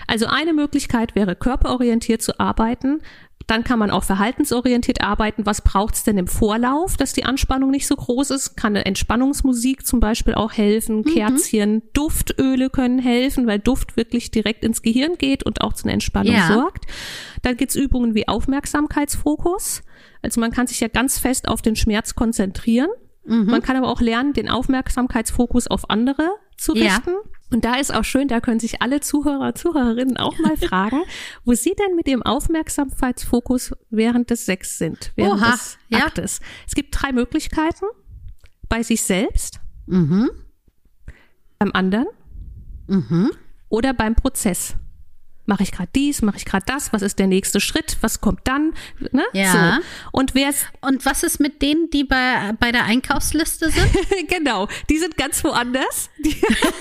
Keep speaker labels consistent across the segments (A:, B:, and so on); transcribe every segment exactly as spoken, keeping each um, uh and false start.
A: Also eine Möglichkeit wäre, körperorientiert zu arbeiten. Dann kann man auch verhaltensorientiert arbeiten. Was braucht's denn im Vorlauf, dass die Anspannung nicht so groß ist? Kann eine Entspannungsmusik zum Beispiel auch helfen. Mhm. Kerzchen, Duftöle können helfen, weil Duft wirklich direkt ins Gehirn geht und auch zu einer Entspannung ja. sorgt. Dann gibt's Übungen wie Aufmerksamkeitsfokus. Also man kann sich ja ganz fest auf den Schmerz konzentrieren. Mhm. Man kann aber auch lernen, den Aufmerksamkeitsfokus auf andere zu richten. Ja. Und da ist auch schön, da können sich alle Zuhörer, Zuhörerinnen auch mal fragen, wo sie denn mit dem Aufmerksamkeitsfokus während des Sex sind, während
B: Oha,
A: des
B: ja.
A: Aktes. Es gibt drei Möglichkeiten. Bei sich selbst,
B: mhm.
A: beim anderen
B: mhm.
A: oder beim Prozess. Mache ich gerade dies, mache ich gerade das, was ist der nächste Schritt, was kommt dann? Ne?
B: Ja.
A: So. Und wer
B: Und was ist mit denen, die bei, bei der Einkaufsliste sind?
A: Genau, die sind ganz woanders. Die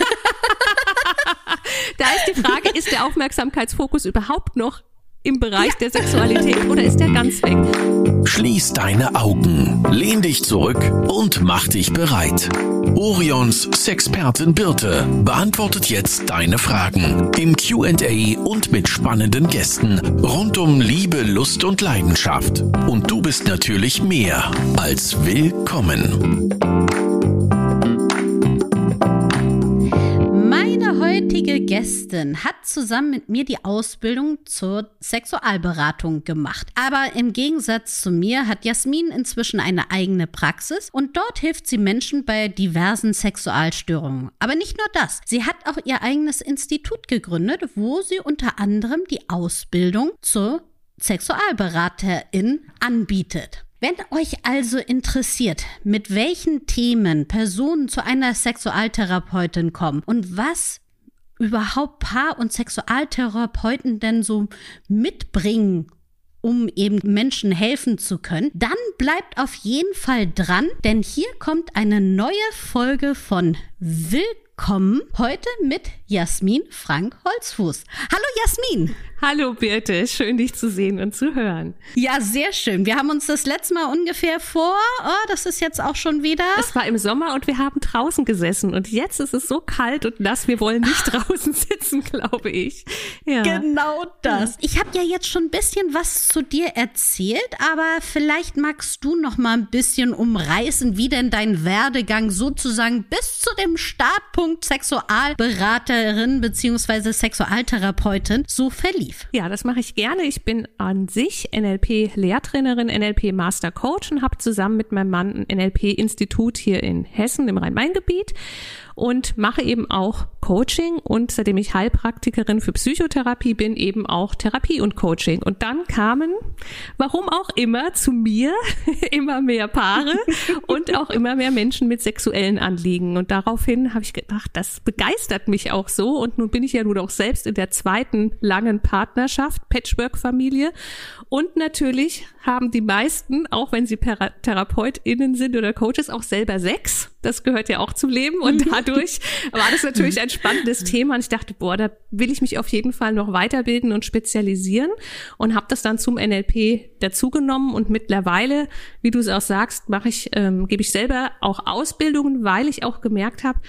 A: da ist die Frage, ist der Aufmerksamkeitsfokus überhaupt noch im Bereich ja. der Sexualität oder ist der ganz weg?
C: Schließ deine Augen, lehn dich zurück und mach dich bereit. Orions Sexpertin Birte beantwortet jetzt deine Fragen im Q and A und mit spannenden Gästen rund um Liebe, Lust und Leidenschaft. Und du bist natürlich mehr als willkommen.
B: Meine heutige Gästin hat zusammen mit mir die Ausbildung zur Sexualberatung gemacht. Aber im Gegensatz zu mir hat Jasmin inzwischen eine eigene Praxis und dort hilft sie Menschen bei diversen Sexualstörungen. Aber nicht nur das. Sie hat auch ihr eigenes Institut gegründet, wo sie unter anderem die Ausbildung zur Sexualberaterin anbietet. Wenn euch also interessiert, mit welchen Themen Personen zu einer Sexualtherapeutin kommen und was überhaupt Paar- und Sexualtherapeuten denn so mitbringen, um eben Menschen helfen zu können, dann bleibt auf jeden Fall dran, denn hier kommt eine neue Folge von Willkommen, heute mit Jasmin Frank-Holzfuß. Hallo Jasmin!
A: Hallo Birte, schön dich zu sehen und zu hören.
B: Ja, sehr schön. Wir haben uns das letzte Mal ungefähr vor, oh, das ist jetzt auch schon wieder.
A: Es war im Sommer und wir haben draußen gesessen und jetzt ist es so kalt und nass, wir wollen nicht draußen sitzen, glaube ich. Ja.
B: Genau das. Ich habe ja jetzt schon ein bisschen was zu dir erzählt, aber vielleicht magst du noch mal ein bisschen umreißen, wie denn dein Werdegang sozusagen bis zu dem Startpunkt Sexualberaterin bzw. Sexualtherapeutin so verlief.
A: Ja, das mache ich gerne. Ich bin an sich N L P-Lehrtrainerin, N L P-Master-Coach und habe zusammen mit meinem Mann ein N L P-Institut hier in Hessen im Rhein-Main-Gebiet und mache eben auch Coaching und seitdem ich Heilpraktikerin für Psychotherapie bin, eben auch Therapie und Coaching. Und dann kamen, warum auch immer, zu mir immer mehr Paare und auch immer mehr Menschen mit sexuellen Anliegen. Und daraufhin habe ich gedacht, das begeistert mich auch so. Und nun bin ich ja nun auch selbst in der zweiten langen Partnerschaft, Patchwork-Familie. Und natürlich haben die meisten, auch wenn sie TherapeutInnen sind oder Coaches, auch selber Sex. Das gehört ja auch zum Leben und dadurch war das natürlich ein spannendes Thema und ich dachte, boah, da will ich mich auf jeden Fall noch weiterbilden und spezialisieren und habe das dann zum N L P dazugenommen und mittlerweile, wie du es auch sagst, mache ich, ähm, gebe ich selber auch Ausbildungen, weil ich auch gemerkt habe,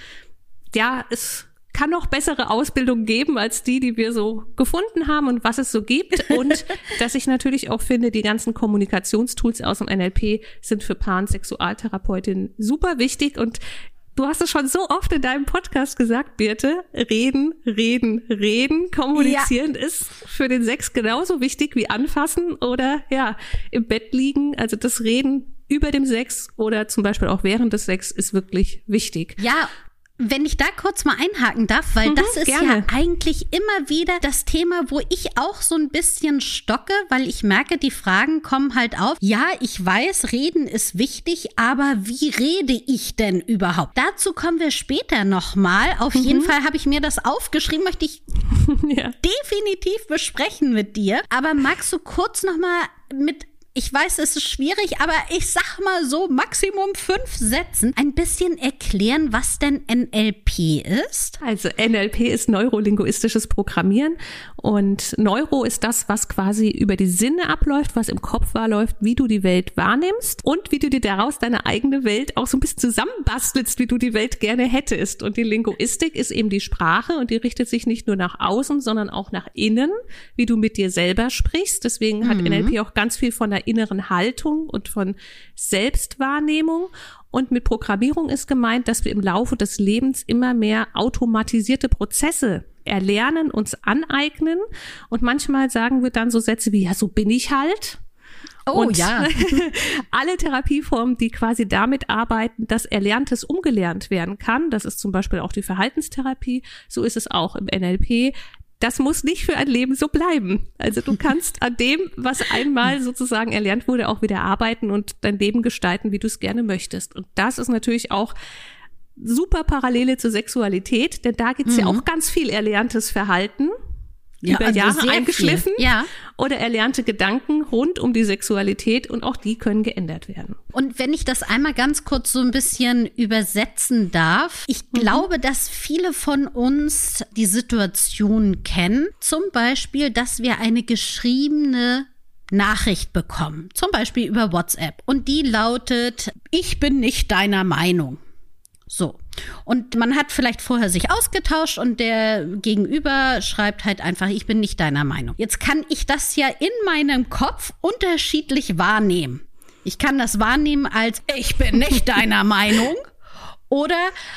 A: ja, es kann noch bessere Ausbildung geben als die, die wir so gefunden haben und was es so gibt. Und dass ich natürlich auch finde, die ganzen Kommunikationstools aus dem N L P sind für Paar- und Sexualtherapeutinnen super wichtig. Und du hast es schon so oft in deinem Podcast gesagt, Birte, reden, reden, reden, kommunizieren ja. ist für den Sex genauso wichtig wie anfassen oder ja im Bett liegen. Also das Reden über dem Sex oder zum Beispiel auch während des Sex ist wirklich wichtig.
B: Ja. Wenn ich da kurz mal einhaken darf, weil mhm, das ist gerne. Ja eigentlich immer wieder das Thema, wo ich auch so ein bisschen stocke, weil ich merke, die Fragen kommen halt auf. Ja, ich weiß, reden ist wichtig, aber wie rede ich denn überhaupt? Dazu kommen wir später nochmal. Auf mhm. jeden Fall habe ich mir das aufgeschrieben, möchte ich ja. definitiv besprechen mit dir. Aber magst du kurz nochmal mit ich weiß, es ist schwierig, aber ich sag mal so Maximum fünf Sätzen ein bisschen erklären, was denn N L P ist?
A: Also N L P ist neurolinguistisches Programmieren und Neuro ist das, was quasi über die Sinne abläuft, was im Kopf läuft, wie du die Welt wahrnimmst und wie du dir daraus deine eigene Welt auch so ein bisschen zusammenbastelst, wie du die Welt gerne hättest. Und die Linguistik ist eben die Sprache und die richtet sich nicht nur nach außen, sondern auch nach innen, wie du mit dir selber sprichst. Deswegen hat mhm. N L P auch ganz viel von der inneren Haltung und von Selbstwahrnehmung. Und mit Programmierung ist gemeint, dass wir im Laufe des Lebens immer mehr automatisierte Prozesse erlernen, uns aneignen. Und manchmal sagen wir dann so Sätze wie, ja, so bin ich halt.
B: Oh, und ja.
A: alle Therapieformen, die quasi damit arbeiten, dass Erlerntes umgelernt werden kann, das ist zum Beispiel auch die Verhaltenstherapie, so ist es auch im N L P. Das muss nicht für ein Leben so bleiben. Also du kannst an dem, was einmal sozusagen erlernt wurde, auch wieder arbeiten und dein Leben gestalten, wie du es gerne möchtest. Und das ist natürlich auch super Parallele zur Sexualität, denn da gibt's mhm. ja auch ganz viel erlerntes Verhalten, ja, über also Jahre eingeschliffen
B: ja.
A: oder erlernte Gedanken rund um die Sexualität und auch die können geändert werden.
B: Und wenn ich das einmal ganz kurz so ein bisschen übersetzen darf, ich mhm. glaube, dass viele von uns die Situation kennen, zum Beispiel, dass wir eine geschriebene Nachricht bekommen, zum Beispiel über WhatsApp und die lautet, ich bin nicht deiner Meinung. So. Und man hat vielleicht vorher sich ausgetauscht und der Gegenüber schreibt halt einfach, ich bin nicht deiner Meinung. Jetzt kann ich das ja in meinem Kopf unterschiedlich wahrnehmen. Ich kann das wahrnehmen als, ich bin nicht deiner Meinung oder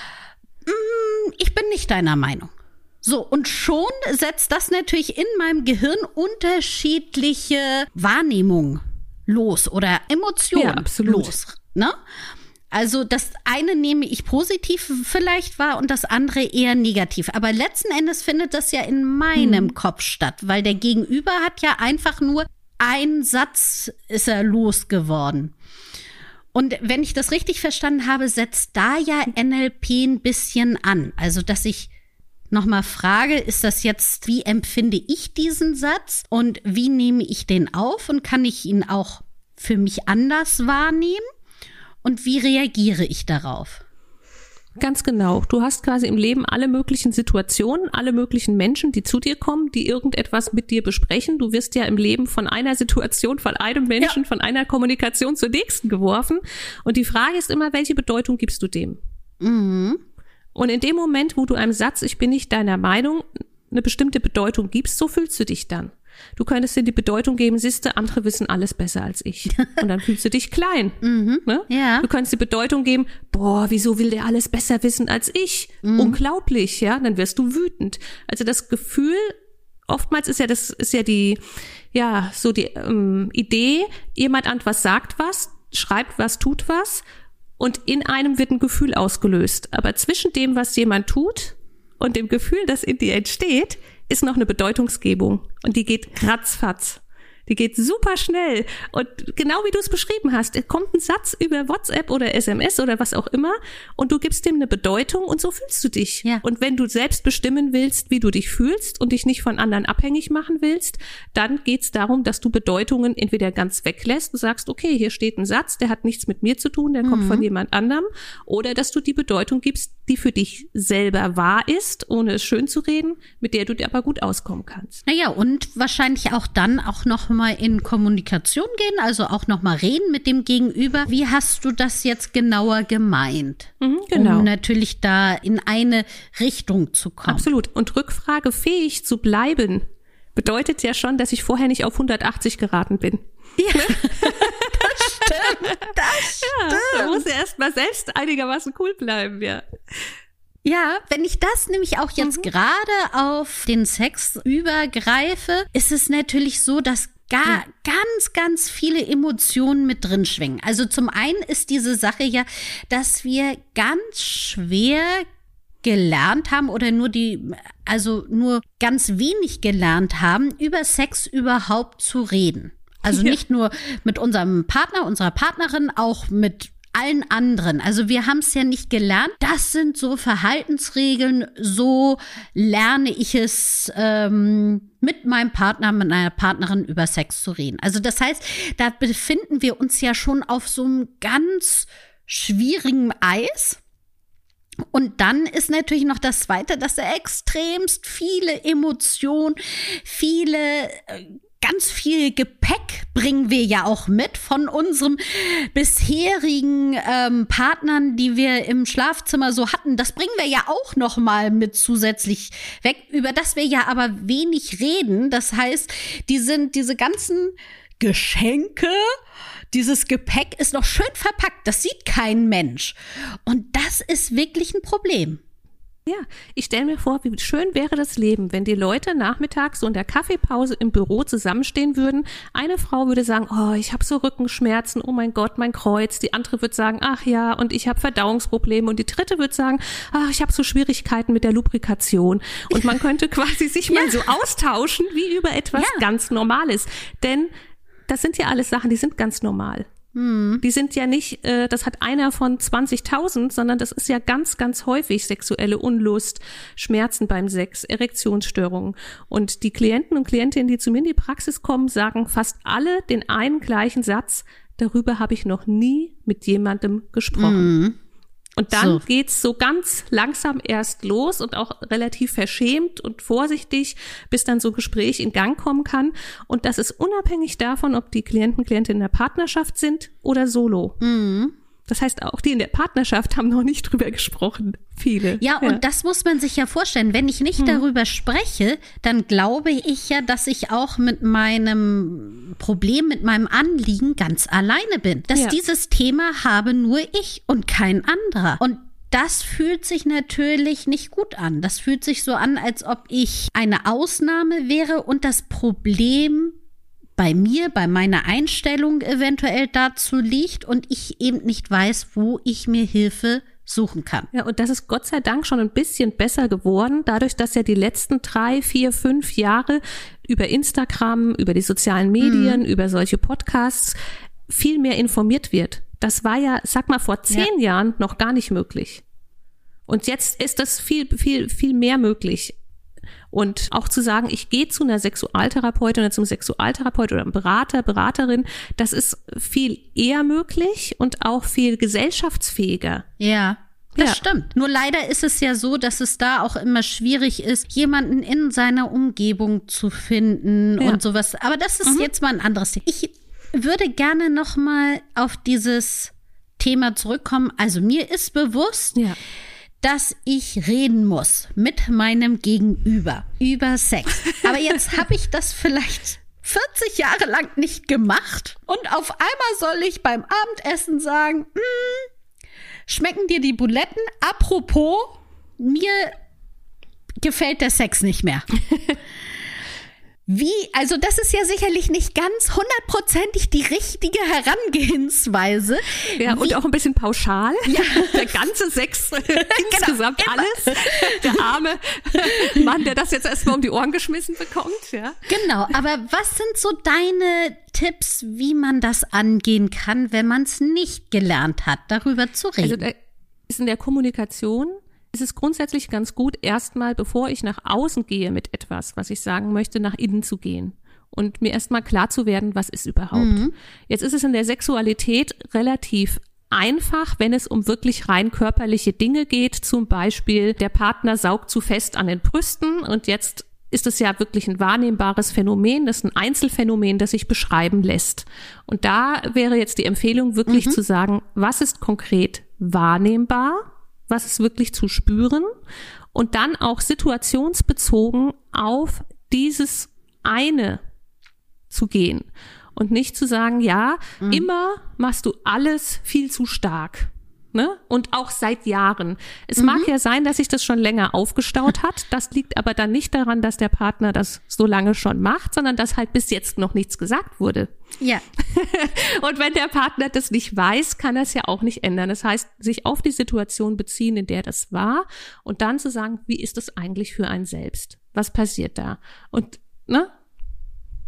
B: mm, ich bin nicht deiner Meinung. So, und schon setzt das natürlich in meinem Gehirn unterschiedliche Wahrnehmungen los oder Emotionen
A: ja, absolut.
B: los. Ne? Also das eine nehme ich positiv vielleicht wahr und das andere eher negativ. Aber letzten Endes findet das ja in meinem hm. Kopf statt, weil der Gegenüber hat ja einfach nur einen Satz ist er losgeworden. Und wenn ich das richtig verstanden habe, setzt da ja N L P ein bisschen an. Also dass ich nochmal frage, ist das jetzt, wie empfinde ich diesen Satz und wie nehme ich den auf und kann ich ihn auch für mich anders wahrnehmen? Und wie reagiere ich darauf?
A: Ganz genau. Du hast quasi im Leben alle möglichen Situationen, alle möglichen Menschen, die zu dir kommen, die irgendetwas mit dir besprechen. Du wirst ja im Leben von einer Situation, von einem Menschen, ja. von einer Kommunikation zur nächsten geworfen. Und die Frage ist immer, welche Bedeutung gibst du dem?
B: Mhm.
A: Und in dem Moment, wo du einem Satz, ich bin nicht deiner Meinung, eine bestimmte Bedeutung gibst, so fühlst du dich dann. Du könntest dir die Bedeutung geben, siehste, andere wissen alles besser als ich. Und dann fühlst du dich klein.
B: Mhm,
A: ne?
B: ja.
A: Du könntest die Bedeutung geben, boah, wieso will der alles besser wissen als ich? Mhm. Unglaublich, ja, dann wirst du wütend. Also das Gefühl, oftmals ist ja das, ist ja die, ja, so die ähm, Idee, jemand an was sagt was, schreibt was, tut was und in einem wird ein Gefühl ausgelöst. Aber zwischen dem, was jemand tut und dem Gefühl, das in dir entsteht, ist noch eine Bedeutungsgebung und die geht ratzfatz. Die geht super schnell und genau wie du es beschrieben hast, kommt ein Satz über WhatsApp oder S M S oder was auch immer und du gibst dem eine Bedeutung und so fühlst du dich.
B: Ja.
A: Und wenn du selbst bestimmen willst, wie du dich fühlst und dich nicht von anderen abhängig machen willst, dann geht's darum, dass du Bedeutungen entweder ganz weglässt und sagst, okay, hier steht ein Satz, der hat nichts mit mir zu tun, der mhm. kommt von jemand anderem, oder dass du die Bedeutung gibst, die für dich selber wahr ist, ohne es schön zu reden, mit der du dir aber gut auskommen kannst.
B: Naja, und wahrscheinlich auch dann auch noch mal in Kommunikation gehen, also auch noch mal reden mit dem Gegenüber. Wie hast du das jetzt genauer gemeint?
A: Mhm, genau.
B: Um natürlich da in eine Richtung zu kommen.
A: Absolut. Und rückfragefähig zu bleiben, bedeutet ja schon, dass ich vorher nicht auf hundertachtzig geraten bin.
B: Ja, das stimmt. Das stimmt.
A: Ja, man muss ja erst mal selbst einigermaßen cool bleiben, ja.
B: Ja, wenn ich das nämlich auch jetzt mhm. gerade auf den Sex übergreife, ist es natürlich so, dass gar, mhm. ganz, ganz viele Emotionen mit drin schwingen. Also zum einen ist diese Sache ja, dass wir ganz schwer gelernt haben oder nur die, also nur ganz wenig gelernt haben, über Sex überhaupt zu reden. Also
A: ja.
B: nicht nur mit unserem Partner, unserer Partnerin, auch mit allen anderen. Also wir haben es ja nicht gelernt. Das sind so Verhaltensregeln, so lerne ich es ähm, mit meinem Partner, mit meiner Partnerin über Sex zu reden. Also das heißt, da befinden wir uns ja schon auf so einem ganz schwierigen Eis. Und dann ist natürlich noch das Zweite, dass er extremst viele Emotionen, viele äh, ganz viel Gepäck bringen wir ja auch mit von unserem bisherigen ähm, Partnern, die wir im Schlafzimmer so hatten. Das bringen wir ja auch noch mal mit zusätzlich weg, über das wir ja aber wenig reden. Das heißt, die sind diese ganzen Geschenke, dieses Gepäck ist noch schön verpackt. Das sieht kein Mensch. Und das ist wirklich ein Problem.
A: Ja, ich stelle mir vor, wie schön wäre das Leben, wenn die Leute nachmittags so in der Kaffeepause im Büro zusammenstehen würden. Eine Frau würde sagen, oh, ich habe so Rückenschmerzen, oh mein Gott, mein Kreuz. Die andere wird sagen, ach ja, und ich habe Verdauungsprobleme. Und die dritte wird sagen, ach, ich habe so Schwierigkeiten mit der Lubrikation. Und man könnte quasi sich ja. mal so austauschen, wie über etwas ja. ganz Normales. Denn das sind ja alles Sachen, die sind ganz normal. Hm. Die sind ja nicht, äh, das hat einer von zwanzigtausend, sondern das ist ja ganz, ganz häufig sexuelle Unlust, Schmerzen beim Sex, Erektionsstörungen. Und die Klienten und Klientinnen, die zu mir in die Praxis kommen, sagen fast alle den einen gleichen Satz, darüber habe ich noch nie mit jemandem gesprochen. Hm. Und dann so. geht's so ganz langsam erst los und auch relativ verschämt und vorsichtig, bis dann so ein Gespräch in Gang kommen kann. Und das ist unabhängig davon, ob die Klienten, Klientinnen in der Partnerschaft sind oder solo. Mhm. Das heißt, auch die in der Partnerschaft haben noch nicht drüber gesprochen. Viele.
B: Ja, ja, und das muss man sich ja vorstellen. Wenn ich nicht hm. darüber spreche, dann glaube ich ja, dass ich auch mit meinem Problem, mit meinem Anliegen ganz alleine bin. Dass ja. dieses Thema habe nur ich und kein anderer. Und das fühlt sich natürlich nicht gut an. Das fühlt sich so an, als ob ich eine Ausnahme wäre und das Problem bei mir, bei meiner Einstellung eventuell dazu liegt und ich eben nicht weiß, wo ich mir Hilfe suchen kann.
A: Ja, und das ist Gott sei Dank schon ein bisschen besser geworden, dadurch, dass ja die letzten drei, vier, fünf Jahre über Instagram, über die sozialen Medien, mhm. über solche Podcasts viel mehr informiert wird. Das war ja, sag mal, vor zehn ja. Jahren noch gar nicht möglich. Und jetzt ist das viel, viel, viel mehr möglich. Und auch zu sagen, ich gehe zu einer Sexualtherapeutin oder zum Sexualtherapeut oder einem Berater, Beraterin, das ist viel eher möglich und auch viel gesellschaftsfähiger.
B: Ja, das
A: ja.
B: stimmt. Nur leider ist es ja so, dass es da auch immer schwierig ist, jemanden in seiner Umgebung zu finden ja. und sowas. Aber das ist mhm. jetzt mal ein anderes Thema. Ich würde gerne noch mal auf dieses Thema zurückkommen. Also mir ist bewusst, ja. dass ich reden muss mit meinem Gegenüber über Sex. Aber jetzt habe ich das vielleicht vierzig Jahre lang nicht gemacht und auf einmal soll ich beim Abendessen sagen, schmecken dir die Buletten? Apropos, mir gefällt der Sex nicht mehr. Wie, also das ist ja sicherlich nicht ganz hundertprozentig die richtige Herangehensweise.
A: Ja,
B: Wie,
A: und auch ein bisschen pauschal.
B: Ja.
A: Der ganze Sex, insgesamt genau, alles. Der arme Mann, der das jetzt erstmal um die Ohren geschmissen bekommt. Ja.
B: Genau, aber was sind so deine Tipps, wie man das angehen kann, wenn man es nicht gelernt hat, darüber zu reden?
A: Also da ist in der Kommunikation ist es grundsätzlich ganz gut, erstmal, bevor ich nach außen gehe mit etwas, was ich sagen möchte, nach innen zu gehen und mir erstmal klar zu werden, was ist überhaupt. Mhm. Jetzt ist es in der Sexualität relativ einfach, wenn es um wirklich rein körperliche Dinge geht, zum Beispiel der Partner saugt zu fest an den Brüsten und jetzt ist es ja wirklich ein wahrnehmbares Phänomen, das ist ein Einzelfänomen, das sich beschreiben lässt. Und da wäre jetzt die Empfehlung, wirklich mhm. zu sagen, was ist konkret wahrnehmbar? Was ist wirklich zu spüren und dann auch situationsbezogen auf dieses eine zu gehen und nicht zu sagen, ja, mhm. immer machst du alles viel zu stark. Ne? Und auch seit Jahren. Es mhm. mag ja sein, dass sich das schon länger aufgestaut hat. Das liegt aber dann nicht daran, dass der Partner das so lange schon macht, sondern dass halt bis jetzt noch nichts gesagt wurde.
B: Ja.
A: Und wenn der Partner das nicht weiß, kann er es ja auch nicht ändern. Das heißt, sich auf die Situation beziehen, in der das war und dann zu sagen, wie ist das eigentlich für einen selbst? Was passiert da? Und, ne?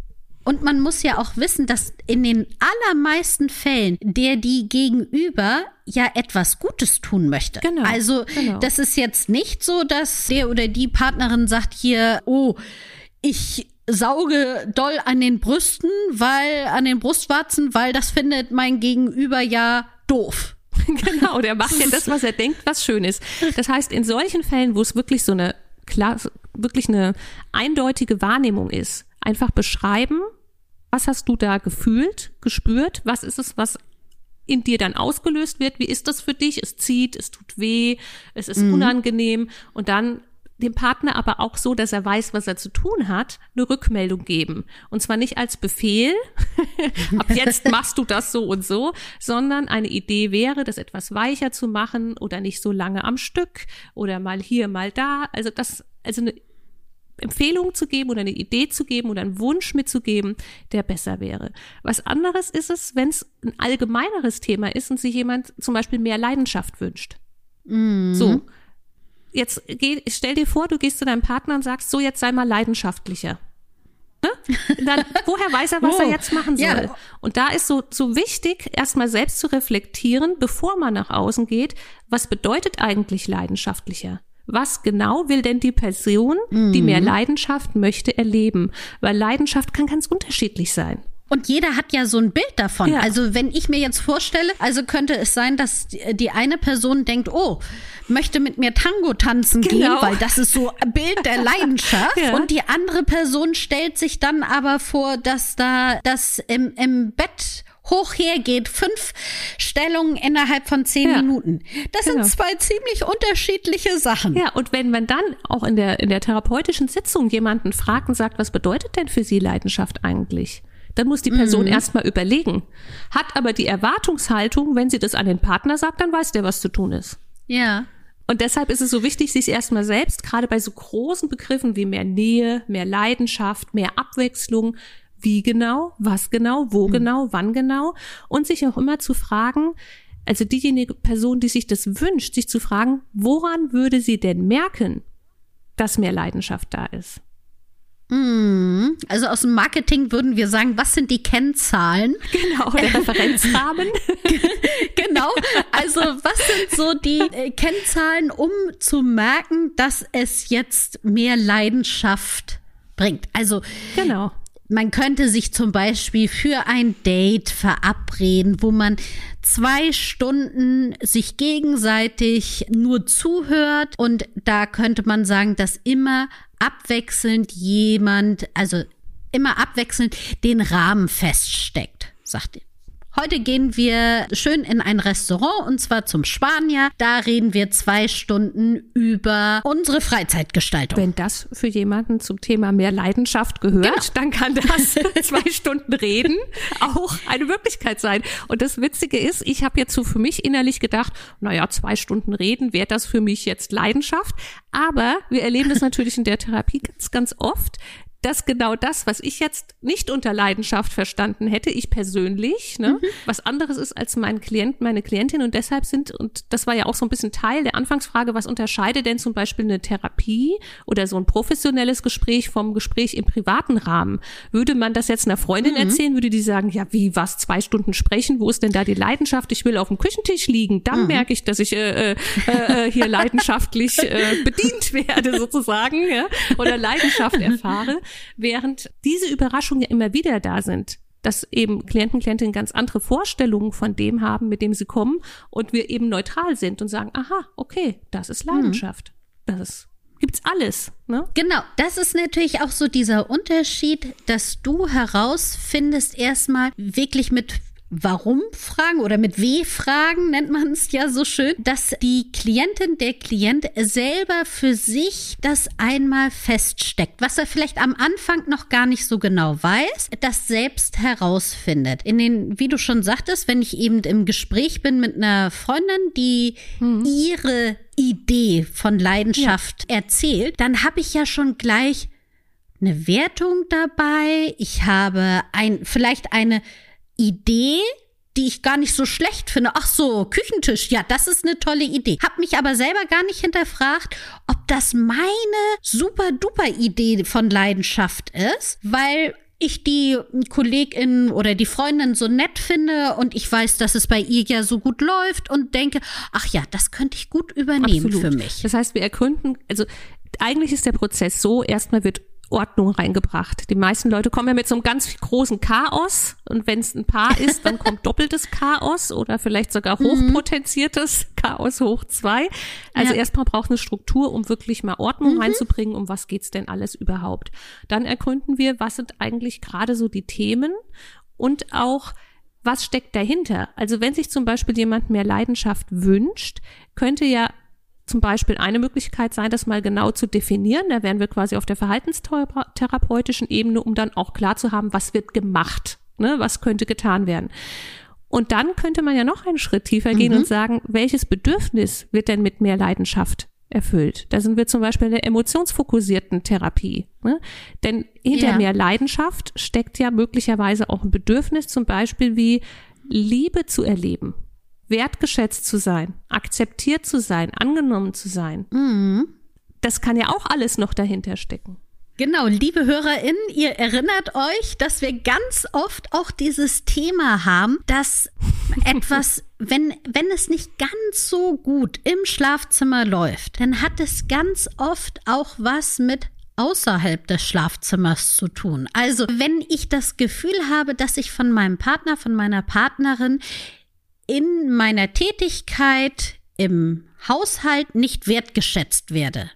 B: Und man muss ja auch wissen, dass in den allermeisten Fällen der die Gegenüber ja etwas Gutes tun möchte.
A: Genau,
B: also
A: genau.
B: Das ist jetzt nicht so, dass der oder die Partnerin sagt hier, oh, ich sauge doll an den Brüsten, weil an den Brustwarzen, weil das findet mein Gegenüber ja doof.
A: Genau, der macht ja das, was er denkt, was schön ist. Das heißt, in solchen Fällen, wo es wirklich so eine klar, wirklich eine eindeutige Wahrnehmung ist, einfach beschreiben, was hast du da gefühlt, gespürt, was ist es, was in dir dann ausgelöst wird, wie ist das für dich, es zieht, es tut weh, es ist mhm. unangenehm und dann dem Partner aber auch so, dass er weiß, was er zu tun hat, eine Rückmeldung geben. Und zwar nicht als Befehl, ab jetzt machst du das so und so, sondern eine Idee wäre, das etwas weicher zu machen oder nicht so lange am Stück oder mal hier, mal da. Also das, also eine Empfehlung zu geben oder eine Idee zu geben oder einen Wunsch mitzugeben, der besser wäre. Was anderes ist es, wenn es ein allgemeineres Thema ist und sich jemand zum Beispiel mehr Leidenschaft wünscht.
B: Mhm.
A: So. Jetzt geh, stell dir vor, du gehst zu deinem Partner und sagst, so jetzt sei mal leidenschaftlicher. Ne? Dann, woher weiß er, was oh, er jetzt machen soll? Ja. Und da ist so, so wichtig, erstmal selbst zu reflektieren, bevor man nach außen geht, was bedeutet eigentlich leidenschaftlicher? Was genau will denn die Person, mhm. die mehr Leidenschaft möchte, erleben? Weil Leidenschaft kann ganz unterschiedlich sein.
B: Und jeder hat ja so ein Bild davon.
A: Ja.
B: Also wenn ich mir jetzt vorstelle, also könnte es sein, dass die eine Person denkt, oh, möchte mit mir Tango tanzen
A: genau.
B: gehen, weil das ist so ein Bild der Leidenschaft. Ja. Und die andere Person stellt sich dann aber vor, dass da das im, im Bett hoch hergeht, fünf Stellungen innerhalb von zehn ja. Minuten. Das genau. sind zwei ziemlich unterschiedliche Sachen.
A: Ja, und wenn man dann auch in der, in der therapeutischen Sitzung jemanden fragt und sagt, was bedeutet denn für Sie Leidenschaft eigentlich? Dann muss die Person mhm. erstmal überlegen. Hat aber die Erwartungshaltung, wenn sie das an den Partner sagt, dann weiß der, was zu tun ist.
B: Ja.
A: Und deshalb ist es so wichtig, sich erstmal selbst, gerade bei so großen Begriffen wie mehr Nähe, mehr Leidenschaft, mehr Abwechslung, wie genau, was genau, wo mhm. genau, wann genau, und sich auch immer zu fragen, also diejenige Person, die sich das wünscht, sich zu fragen, woran würde sie denn merken, dass mehr Leidenschaft da ist?
B: Also aus dem Marketing würden wir sagen, was sind die Kennzahlen?
A: Genau, der Referenzrahmen.
B: Genau, also was sind so die äh, Kennzahlen, um zu merken, dass es jetzt mehr Leidenschaft bringt? Also
A: genau.
B: Man könnte sich zum Beispiel für ein Date verabreden, wo man zwei Stunden sich gegenseitig nur zuhört, und da könnte man sagen, dass immer abwechselnd jemand, also immer abwechselnd den Rahmen feststeckt, sagt ihr. Heute gehen wir schön in ein Restaurant, und zwar zum Spanier. Da reden wir zwei Stunden über unsere Freizeitgestaltung.
A: Wenn das für jemanden zum Thema mehr Leidenschaft gehört, genau. dann kann das zwei Stunden reden auch eine Möglichkeit sein. Und das Witzige ist, ich habe jetzt so für mich innerlich gedacht, naja, zwei Stunden reden, wäre das für mich jetzt Leidenschaft? Aber wir erleben das natürlich in der Therapie ganz, ganz oft, dass genau das, was ich jetzt nicht unter Leidenschaft verstanden hätte, ich persönlich, ne, mhm. was anderes ist als mein Klient, meine Klientin, und deshalb sind, und das war ja auch so ein bisschen Teil der Anfangsfrage, was unterscheidet denn zum Beispiel eine Therapie oder so ein professionelles Gespräch vom Gespräch im privaten Rahmen? Würde man das jetzt einer Freundin mhm. erzählen, würde die sagen, ja, wie, was, zwei Stunden sprechen, wo ist denn da die Leidenschaft? Ich will auf dem Küchentisch liegen, dann mhm. merke ich, dass ich äh, äh, äh, hier leidenschaftlich äh, bedient werde sozusagen, ja, oder Leidenschaft erfahre. Während diese Überraschungen ja immer wieder da sind, dass eben Klienten, Klientinnen ganz andere Vorstellungen von dem haben, mit dem sie kommen, und wir eben neutral sind und sagen, aha, okay, das ist Leidenschaft. Mhm. Das ist, gibt's alles, ne?
B: Genau, das ist natürlich auch so dieser Unterschied, dass du herausfindest erstmal wirklich mit Warum-Fragen oder mit W-Fragen nennt man es ja so schön, dass die Klientin, der Klient selber für sich das einmal feststeckt, was er vielleicht am Anfang noch gar nicht so genau weiß, das selbst herausfindet. In den, wie du schon sagtest, wenn ich eben im Gespräch bin mit einer Freundin, die mhm. ihre Idee von Leidenschaft ja. erzählt, dann habe ich ja schon gleich eine Wertung dabei. Ich habe ein, vielleicht eine Idee, die ich gar nicht so schlecht finde. Ach so, Küchentisch, ja, das ist eine tolle Idee. Hab mich aber selber gar nicht hinterfragt, ob das meine super-duper Idee von Leidenschaft ist, weil ich die Kollegin oder die Freundin so nett finde und ich weiß, dass es bei ihr ja so gut läuft und denke, ach ja, das könnte ich gut übernehmen
A: Absolut.
B: Für mich.
A: Das heißt, wir ergründen, also eigentlich ist der Prozess so, erstmal wird Ordnung reingebracht. Die meisten Leute kommen ja mit so einem ganz großen Chaos und wenn es ein Paar ist, dann kommt doppeltes Chaos oder vielleicht sogar hochpotenziertes mhm. Chaos hoch zwei. Also ja. erstmal braucht eine Struktur, um wirklich mal Ordnung mhm. reinzubringen, um was geht's denn alles überhaupt. Dann ergründen wir, was sind eigentlich gerade so die Themen und auch, was steckt dahinter. Also wenn sich zum Beispiel jemand mehr Leidenschaft wünscht, könnte ja zum Beispiel eine Möglichkeit sein, das mal genau zu definieren. Da wären wir quasi auf der verhaltenstherapeutischen Ebene, um dann auch klar zu haben, was wird gemacht, ne? Was könnte getan werden. Und dann könnte man ja noch einen Schritt tiefer gehen mhm. und sagen, welches Bedürfnis wird denn mit mehr Leidenschaft erfüllt? Da sind wir zum Beispiel in der emotionsfokussierten Therapie. Ne? Denn hinter ja. mehr Leidenschaft steckt ja möglicherweise auch ein Bedürfnis, zum Beispiel wie Liebe zu erleben. Wertgeschätzt zu sein, akzeptiert zu sein, angenommen zu sein. Mhm. Das kann ja auch alles noch dahinter stecken.
B: Genau, liebe HörerInnen, ihr erinnert euch, dass wir ganz oft auch dieses Thema haben, dass etwas, wenn, wenn es nicht ganz so gut im Schlafzimmer läuft, dann hat es ganz oft auch was mit außerhalb des Schlafzimmers zu tun. Also wenn ich das Gefühl habe, dass ich von meinem Partner, von meiner Partnerin in meiner Tätigkeit im Haushalt nicht wertgeschätzt werde.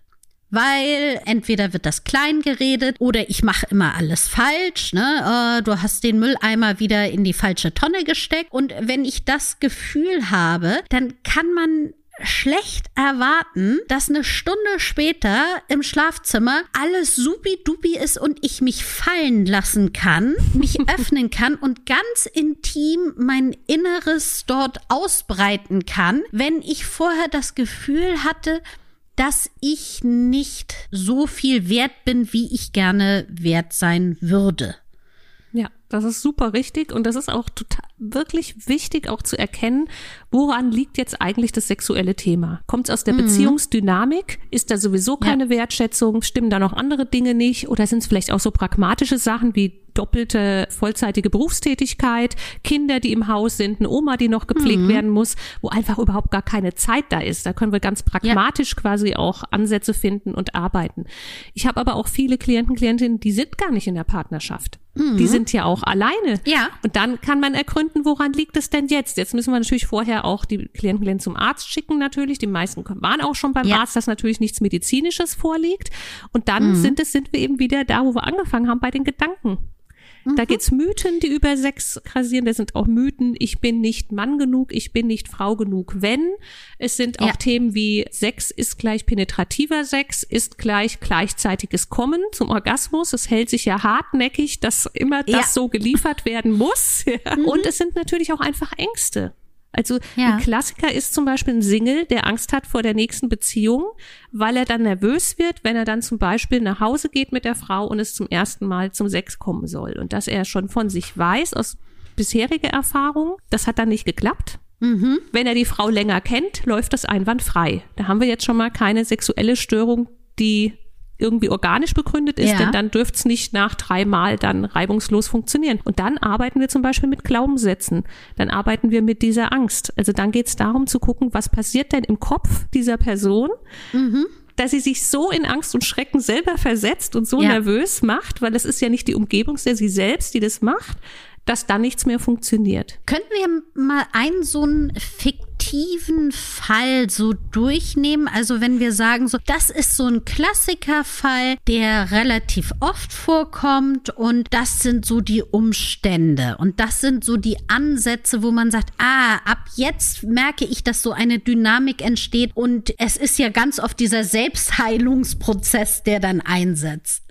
B: Weil entweder wird das klein geredet oder ich mache immer alles falsch. Ne? Äh, du hast den Mülleimer wieder in die falsche Tonne gesteckt. Und wenn ich das Gefühl habe, dann kann man schlecht erwarten, dass eine Stunde später im Schlafzimmer alles supi-dupi ist und ich mich fallen lassen kann, mich öffnen kann und ganz intim mein Inneres dort ausbreiten kann, wenn ich vorher das Gefühl hatte, dass ich nicht so viel wert bin, wie ich gerne wert sein würde.
A: Ja, das ist super richtig und das ist auch total wirklich wichtig auch zu erkennen, woran liegt jetzt eigentlich das sexuelle Thema? Kommt es aus der mhm. Beziehungsdynamik? Ist da sowieso keine ja. Wertschätzung? Stimmen da noch andere Dinge nicht? Oder sind es vielleicht auch so pragmatische Sachen wie doppelte vollzeitige Berufstätigkeit, Kinder, die im Haus sind, eine Oma, die noch gepflegt mhm. werden muss, wo einfach überhaupt gar keine Zeit da ist. Da können wir ganz pragmatisch ja. quasi auch Ansätze finden und arbeiten. Ich habe aber auch viele Klienten, Klientinnen, die sind gar nicht in der Partnerschaft. Mhm. Die sind ja auch alleine.
B: Ja.
A: Und dann kann man ergründen, woran liegt es denn jetzt? Jetzt müssen wir natürlich vorher auch die Klienten, Klienten zum Arzt schicken natürlich. Die meisten waren auch schon beim ja. Arzt, dass natürlich nichts Medizinisches vorliegt. Und dann mhm. sind es, sind wir eben wieder da, wo wir angefangen haben, bei den Gedanken. Da geht's Mythen, die über Sex grasieren. Da sind auch Mythen, ich bin nicht Mann genug, ich bin nicht Frau genug, wenn. Es sind auch ja. Themen wie Sex ist gleich penetrativer Sex, ist gleich gleichzeitiges Kommen zum Orgasmus. Es hält sich ja hartnäckig, dass immer das ja. so geliefert werden muss. Ja. Mhm. Und es sind natürlich auch einfach Ängste. Also ja. ein Klassiker ist zum Beispiel ein Single, der Angst hat vor der nächsten Beziehung, weil er dann nervös wird, wenn er dann zum Beispiel nach Hause geht mit der Frau und es zum ersten Mal zum Sex kommen soll. Und dass er schon von sich weiß, aus bisheriger Erfahrung, das hat dann nicht geklappt. Mhm. Wenn er die Frau länger kennt, läuft das einwandfrei. Da haben wir jetzt schon mal keine sexuelle Störung, die irgendwie organisch begründet ist, ja. denn dann dürfte es nicht nach dreimal dann reibungslos funktionieren. Und dann arbeiten wir zum Beispiel mit Glaubenssätzen. Dann arbeiten wir mit dieser Angst. Also dann geht es darum zu gucken, was passiert denn im Kopf dieser Person, mhm. dass sie sich so in Angst und Schrecken selber versetzt und so ja. nervös macht, weil es ist ja nicht die Umgebung, es ist ja sie selbst, die das macht, dass dann nichts mehr funktioniert.
B: Könnten wir mal einen so einen fiktiven Fall so durchnehmen? Also wenn wir sagen, so das ist so ein Klassikerfall, der relativ oft vorkommt und das sind so die Umstände und das sind so die Ansätze, wo man sagt, ah, ab jetzt merke ich, dass so eine Dynamik entsteht und es ist ja ganz oft dieser Selbstheilungsprozess, der dann einsetzt.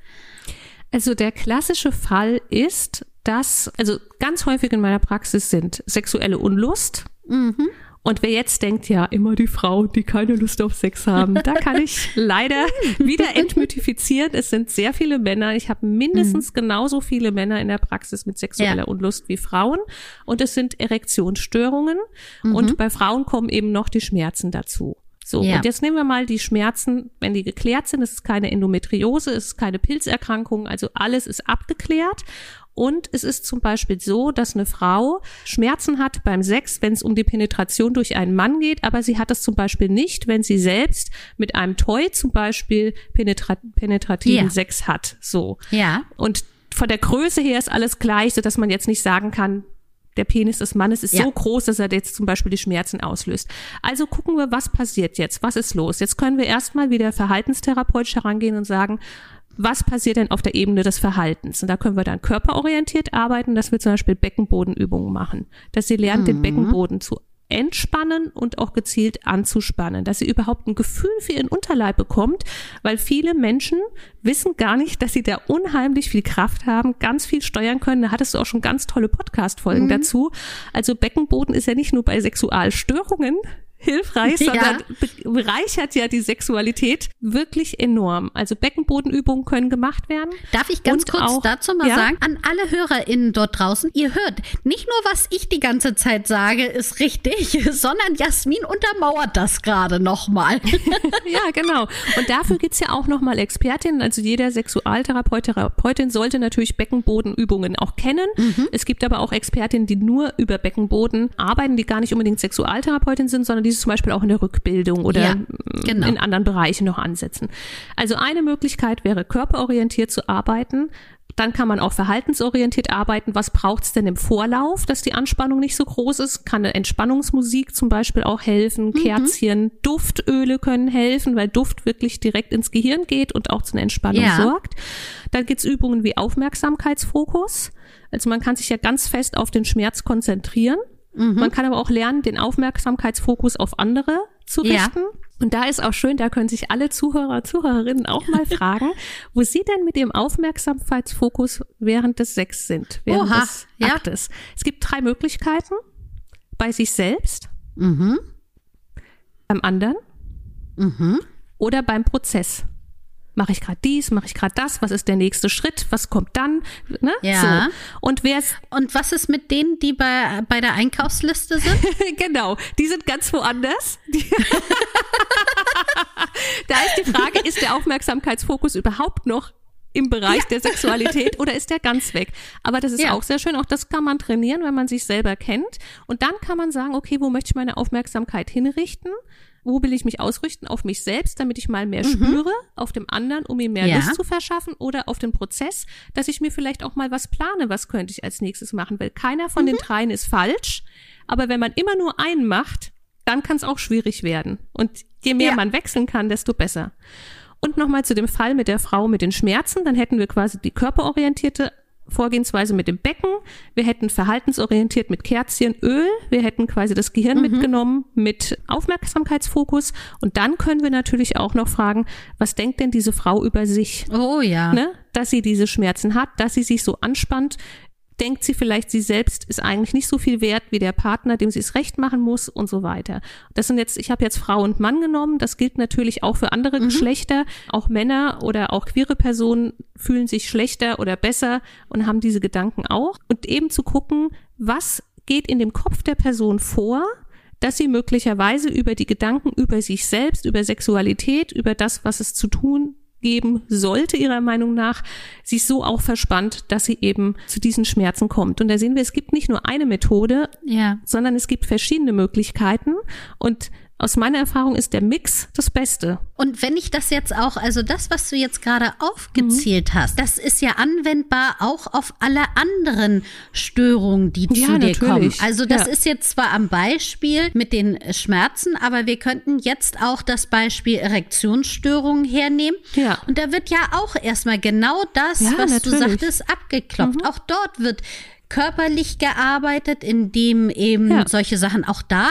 A: Also der klassische Fall ist, dass, also ganz häufig in meiner Praxis sind sexuelle Unlust. Mhm. Und wer jetzt denkt, ja, immer die Frau, die keine Lust auf Sex haben, da kann ich leider wieder entmythifizieren. Es sind sehr viele Männer. Ich habe mindestens mhm. genauso viele Männer in der Praxis mit sexueller ja. Unlust wie Frauen. Und es sind Erektionsstörungen. Mhm. Und bei Frauen kommen eben noch die Schmerzen dazu. So,
B: Ja.
A: und jetzt nehmen wir mal die Schmerzen, wenn die geklärt sind, es ist keine Endometriose, es ist keine Pilzerkrankung, also alles ist abgeklärt. Und es ist zum Beispiel so, dass eine Frau Schmerzen hat beim Sex, wenn es um die Penetration durch einen Mann geht, aber sie hat es zum Beispiel nicht, wenn sie selbst mit einem Toy zum Beispiel penetra- penetrativen
B: Ja.
A: Sex hat. So.
B: Ja.
A: Und von der Größe her ist alles gleich, sodass man jetzt nicht sagen kann, der Penis des Mannes ist
B: Ja.
A: so groß, dass er jetzt zum Beispiel die Schmerzen auslöst. Also gucken wir, was passiert jetzt? Was ist los? Jetzt können wir erstmal wieder verhaltenstherapeutisch herangehen und sagen, was passiert denn auf der Ebene des Verhaltens? Und da können wir dann körperorientiert arbeiten, dass wir zum Beispiel Beckenbodenübungen machen, dass sie lernt, mhm. den Beckenboden zu entspannen und auch gezielt anzuspannen, dass sie überhaupt ein Gefühl für ihren Unterleib bekommt, weil viele Menschen wissen gar nicht, dass sie da unheimlich viel Kraft haben, ganz viel steuern können. Da hattest du auch schon ganz tolle Podcast-Folgen mhm. dazu. Also Beckenboden ist ja nicht nur bei Sexualstörungen hilfreich,
B: Ja.
A: sondern bereichert ja die Sexualität wirklich enorm. Also Beckenbodenübungen können gemacht werden.
B: Darf ich ganz
A: Und
B: kurz
A: auch,
B: dazu mal
A: ja?
B: sagen, an alle HörerInnen dort draußen, ihr hört, nicht nur was ich die ganze Zeit sage, ist richtig, sondern Jasmin untermauert das gerade nochmal.
A: Ja, genau. Und dafür gibt's ja auch nochmal Expertinnen. Also jeder Sexualtherapeut, Therapeutin sollte natürlich Beckenbodenübungen auch kennen. Mhm. Es gibt aber auch Expertinnen, die nur über Beckenboden arbeiten, die gar nicht unbedingt Sexualtherapeutin sind, sondern die es zum Beispiel auch in der Rückbildung oder
B: Ja, genau.
A: in anderen Bereichen noch ansetzen. Also eine Möglichkeit wäre, körperorientiert zu arbeiten. Dann kann man auch verhaltensorientiert arbeiten. Was braucht's denn im Vorlauf, dass die Anspannung nicht so groß ist? Kann eine Entspannungsmusik zum Beispiel auch helfen? Mhm. Kerzchen, Duftöle können helfen, weil Duft wirklich direkt ins Gehirn geht und auch zu einer Entspannung
B: Ja.
A: sorgt. Dann gibt's Übungen wie Aufmerksamkeitsfokus. Also man kann sich ja ganz fest auf den Schmerz konzentrieren. Mhm. Man kann aber auch lernen, den Aufmerksamkeitsfokus auf andere zu richten. Ja. Und da ist auch schön, da können sich alle Zuhörer und Zuhörerinnen auch mal fragen, wo sie denn mit dem Aufmerksamkeitsfokus während des Sex sind, während
B: Oha,
A: des
B: ja.
A: Aktes. Es gibt drei Möglichkeiten. Bei sich selbst,
B: Mhm.
A: beim anderen
B: Mhm.
A: oder beim Prozess. Mache ich gerade dies, mache ich gerade das, was ist der nächste Schritt, was kommt dann? Ne?
B: Ja.
A: So. Und wer ist
B: Und was ist mit denen, die bei, bei der Einkaufsliste sind?
A: genau, die sind ganz woanders. Die da ist die Frage, ist der Aufmerksamkeitsfokus überhaupt noch im Bereich ja. der Sexualität oder ist der ganz weg? Aber das ist ja. auch sehr schön, auch das kann man trainieren, wenn man sich selber kennt. Und dann kann man sagen, okay, wo möchte ich meine Aufmerksamkeit hinrichten? Wo will ich mich ausrichten? Auf mich selbst, damit ich mal mehr mhm. spüre, auf dem anderen, um ihm mehr
B: ja.
A: Lust zu verschaffen oder auf den Prozess, dass ich mir vielleicht auch mal was plane, was könnte ich als nächstes machen, weil keiner von mhm. den dreien ist falsch, aber wenn man immer nur einen macht, dann kann es auch schwierig werden und je mehr ja. man wechseln kann, desto besser. Und nochmal zu dem Fall mit der Frau mit den Schmerzen, dann hätten wir quasi die körperorientierte Vorgehensweise mit dem Becken, wir hätten verhaltensorientiert mit Kerzchen, Öl, wir hätten quasi das Gehirn mhm. mitgenommen mit Aufmerksamkeitsfokus und dann können wir natürlich auch noch fragen, was denkt denn diese Frau über sich?
B: Oh ja.
A: Ne? Dass sie diese Schmerzen hat, dass sie sich so anspannt, denkt sie vielleicht, sie selbst ist eigentlich nicht so viel wert wie der Partner, dem sie es recht machen muss und so weiter. Das sind jetzt, ich habe jetzt Frau und Mann genommen, das gilt natürlich auch für andere mhm. Geschlechter. Auch Männer oder auch queere Personen fühlen sich schlechter oder besser und haben diese Gedanken auch. Und eben zu gucken, was geht in dem Kopf der Person vor, dass sie möglicherweise über die Gedanken über sich selbst, über Sexualität, über das, was es zu tun geben sollte, ihrer Meinung nach, sich so auch verspannt, dass sie eben zu diesen Schmerzen kommt. Und da sehen wir, es gibt nicht nur eine Methode,
B: ja.
A: sondern es gibt verschiedene Möglichkeiten und aus meiner Erfahrung ist der Mix das Beste.
B: Und wenn ich das jetzt auch, also das, was du jetzt gerade aufgezählt mhm. hast, das ist ja anwendbar auch auf alle anderen Störungen, die
A: ja,
B: zu dir
A: natürlich.
B: kommen. Also das
A: ja.
B: ist jetzt zwar am Beispiel mit den Schmerzen, aber wir könnten jetzt auch das Beispiel Erektionsstörungen hernehmen.
A: Ja.
B: Und da wird ja auch erstmal genau das,
A: ja,
B: was
A: natürlich.
B: du sagtest, abgeklopft. Mhm. Auch dort wird körperlich gearbeitet, indem eben
A: ja.
B: solche Sachen auch da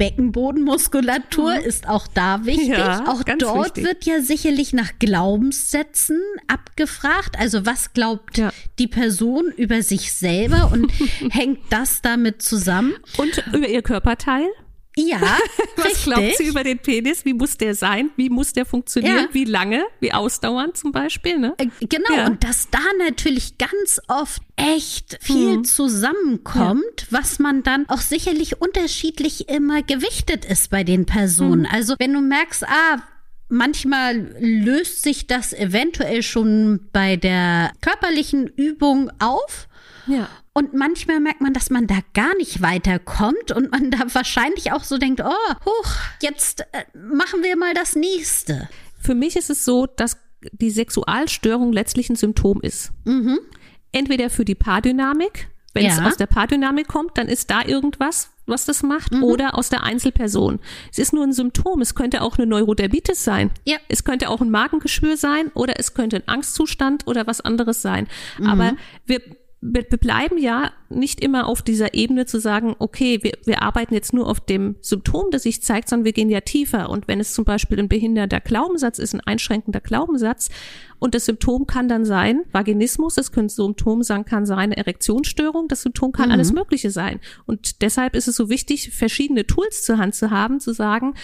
B: Beckenbodenmuskulatur mhm. ist auch da wichtig.
A: Ja,
B: auch dort
A: wichtig.
B: wird ja sicherlich nach Glaubenssätzen abgefragt. Also was glaubt ja. die Person über sich selber und hängt das damit zusammen?
A: Und über ihr Körperteil?
B: Ja,
A: Was
B: richtig.
A: glaubt sie über den Penis? Wie muss der sein? Wie muss der funktionieren?
B: Ja.
A: Wie lange? Wie ausdauernd zum Beispiel? Ne?
B: Äh, Genau,
A: Ja.
B: und dass da natürlich ganz oft echt viel
A: Hm.
B: zusammenkommt, was man dann auch sicherlich unterschiedlich immer gewichtet ist bei den Personen.
A: Hm.
B: Also wenn du merkst, ah, manchmal löst sich das eventuell schon bei der körperlichen Übung auf.
A: Ja.
B: Und manchmal merkt man, dass man da gar nicht weiterkommt und man da wahrscheinlich auch so denkt, oh, huch, jetzt äh, machen wir mal das nächste.
A: Für mich ist es so, dass die Sexualstörung letztlich ein Symptom ist.
B: Mhm.
A: Entweder für die Paardynamik, wenn es
B: Ja.
A: aus der Paardynamik kommt, dann ist da irgendwas, was das macht, oder aus der Einzelperson. Es ist nur ein Symptom. Es könnte auch eine Neurodermitis sein.
B: Ja.
A: Es könnte auch ein Magengeschwür sein oder es könnte ein Angstzustand oder was anderes sein. Aber wir Wir wir bleiben ja nicht immer auf dieser Ebene zu sagen, okay, wir, wir arbeiten jetzt nur auf dem Symptom, das sich zeigt, sondern wir gehen ja tiefer. Und wenn es zum Beispiel ein behinderter Glaubenssatz ist, ein einschränkender Glaubenssatz, und das Symptom kann dann sein Vaginismus, das könnte Symptom sein, kann sein eine Erektionsstörung, das Symptom kann alles Mögliche sein. Und deshalb ist es so wichtig, verschiedene Tools zur Hand zu haben, zu sagen,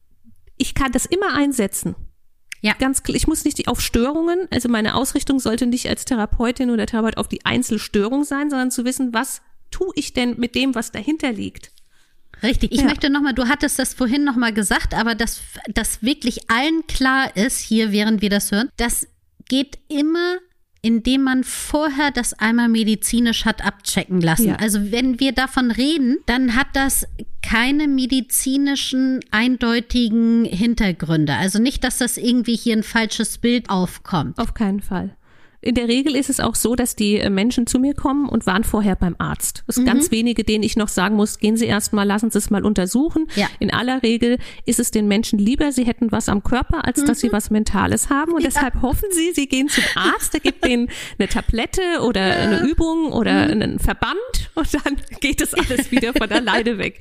A: ich kann das immer einsetzen.
B: Ja.
A: Ganz klar, ich muss nicht auf Störungen, also meine Ausrichtung sollte nicht als Therapeutin oder Therapeut auf die Einzelstörung sein, sondern zu wissen, was tue ich denn mit dem, was dahinter liegt.
B: Richtig. Ich
A: Ja.
B: möchte nochmal, du hattest das vorhin nochmal gesagt, aber dass das wirklich allen klar ist, hier während wir das hören, das geht immer, indem man vorher das einmal medizinisch hat abchecken lassen.
A: Ja.
B: Also wenn wir davon reden, dann hat das keine medizinischen, eindeutigen Hintergründe. Also nicht, dass das irgendwie hier ein falsches Bild aufkommt.
A: Auf keinen Fall. In der Regel ist es auch so, dass die äh, Menschen zu mir kommen und waren vorher beim Arzt. Es sind ganz wenige, denen ich noch sagen muss, gehen Sie erst mal, lassen Sie es mal untersuchen.
B: Ja.
A: In aller Regel ist es den Menschen lieber, sie hätten was am Körper, als dass sie was Mentales haben. Und
B: Ja.
A: deshalb hoffen sie, sie gehen zum Arzt, der gibt denen eine Tablette oder eine Übung oder einen Verband und dann geht das alles wieder von alleine weg.